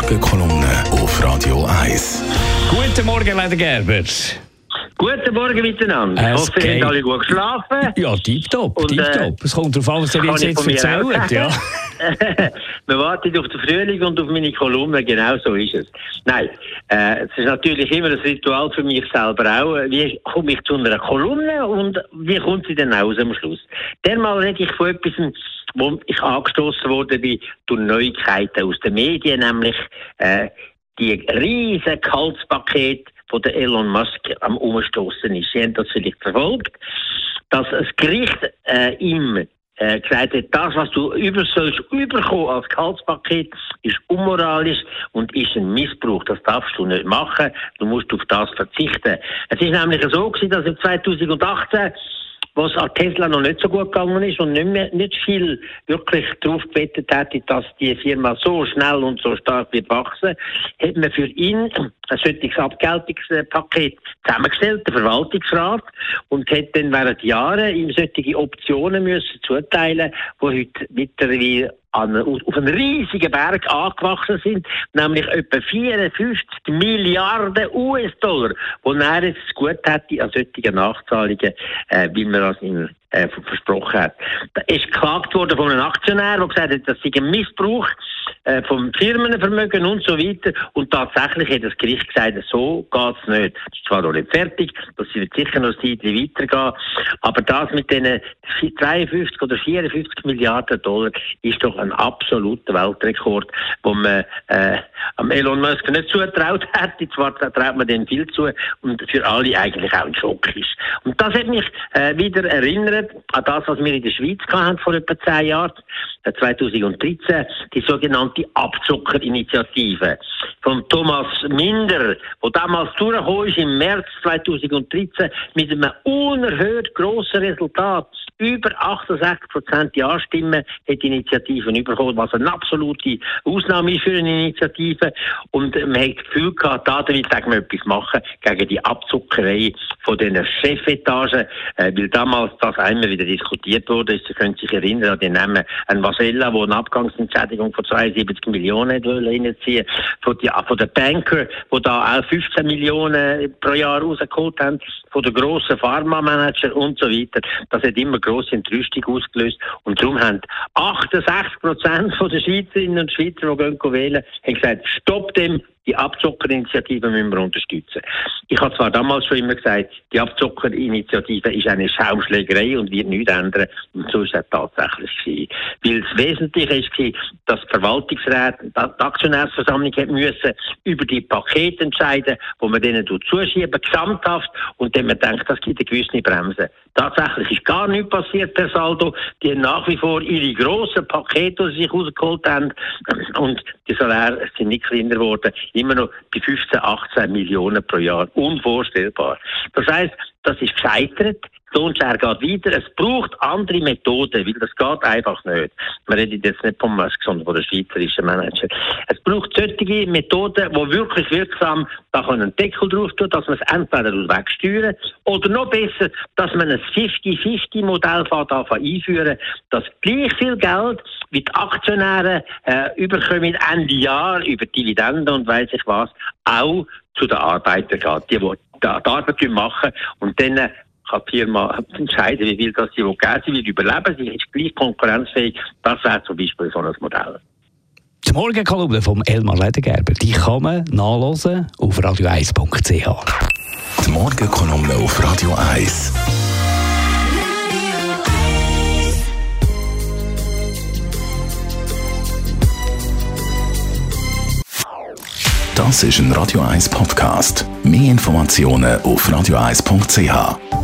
Morgenkolumne auf Radio 1. Guten Morgen, Leder Gerber. Guten Morgen miteinander. Ich hoffe, ihr habt alle gut geschlafen. Ja, tipptopp. Es kommt darauf an, was ihr jetzt erzählt. Ja. Man wartet auf den Frühling und auf meine Kolumne, genau so ist es. Nein, es ist natürlich immer ein Ritual für mich selber auch. Wie komme ich zu einer Kolumne und wie kommt sie denn aus am Schluss? Dermal rede ich von etwas, wo ich angestoßen wurde durch Neuigkeiten aus den Medien, nämlich die riesen Gehaltspaket von der Elon Musk am Umstoßen ist. Sie haben das vielleicht verfolgt, dass das Gericht ihm gesagt hat, das, was du sollst überkommen als Gehaltspaket, ist unmoralisch und ist ein Missbrauch. Das darfst du nicht machen. Du musst auf das verzichten. Es ist nämlich so gewesen, dass im 2018, wo es an Tesla noch nicht so gut gegangen ist und nicht viel wirklich darauf gewettet hätte, dass die Firma so schnell und so stark wird wachsen, hat man für ihn ein solches Abgeltungspaket zusammengestellt, der Verwaltungsrat, und hat dann während Jahren ihm solche Optionen müssen zuteilen, die heute mittlerweile auf einen riesigen Berg angewachsen sind, nämlich etwa 54 Milliarden US-Dollar, die er jetzt gut hätte an solchen Nachzahlungen, wie man das ihm versprochen hat. Da ist geklagt worden von einem Aktionär, der gesagt hat, das sei ein Missbrauch vom Firmenvermögen und so weiter. Und tatsächlich hat das Gericht gesagt, so geht es nicht. Das ist zwar noch nicht fertig, das wird sicher noch eine Zeit weitergehen, aber das mit diesen 53 oder 54 Milliarden Dollar ist doch ein absoluter Weltrekord, wo man am Elon Musk nicht zugetraut hätte. Zwar traut man dem viel zu und für alle eigentlich auch ein Schock ist. Und das hat mich wieder erinnert an das, was wir in der Schweiz hatten vor etwa 10 Jahren, 2013, die sogenannte Abzockerinitiative von Thomas Minder, die damals durchgekommen ist im März 2013 mit einem unerhört grossen Resultat. Über 68% Ja-Stimmen hat die Initiative bekommen, was eine absolute Ausnahme ist für eine Initiative. Und man hat das Gefühl gehabt, damit sagen wir etwas machen gegen die Abzuckerei von diesen Chefetagen, weil damals das einmal wieder diskutiert wurde. Sie können sich erinnern an den Namen ein Vasella, der eine Abgangsentschädigung von 72 Millionen reinziehen von den Banker, die da auch 15 Millionen pro Jahr rausgeholt haben, von den grossen Pharma-Manager und so weiter. Das hat immer grosse Entrüstung ausgelöst. Und darum haben 68% der Schweizerinnen und Schweizer, die wählen, haben gesagt, stopp dem, die Abzockerinitiative müssen wir unterstützen. Ich habe zwar damals schon immer gesagt, die Abzockerinitiative ist eine Schaumschlägerei und wird nichts ändern. Und so ist es tatsächlich gewesen. Weil das Wesentliche war, dass die Verwaltungsrat, die Aktionärsversammlung müssen über die Pakete entscheiden, die man denen zuschieben, gesamthaft, und dann man denkt, das gibt eine gewisse Bremse. Tatsächlich ist gar nichts passiert per Saldo. Die haben nach wie vor ihre grossen Pakete, die sie sich rausgeholt haben, und die Saläre sind nicht kleiner geworden. Immer noch bei 15, 18 Millionen pro Jahr. Unvorstellbar. Das heisst, das ist gescheitert. Die Lohnschere geht weiter. Es braucht andere Methoden, weil das geht einfach nicht. Wir reden jetzt nicht vom Musk, sondern von den schweizerischen Manager. Es braucht solche Methoden, die wirklich wirksam da einen Deckel drauf tun, dass man es entweder wegsteuern oder noch besser, dass man ein 50-50-Modell einführen, dass gleich viel Geld wie die Aktionäre überkommen Ende Jahr über Dividenden und weiss ich was, auch zu den Arbeitern geht, die die Arbeit machen, und dann kann die Firma entscheiden, wie viel das sie geben. Sie wird überleben, sie ist gleich konkurrenzfähig. Das wäre zum Beispiel so ein Modell. Die Morgenkolumne von Elmar Ledergerber, die kann man nachhören auf radio1.ch. Die Morgenkolumne auf Radio 1. Das ist ein Radio 1 Podcast. Mehr Informationen auf radio1.ch.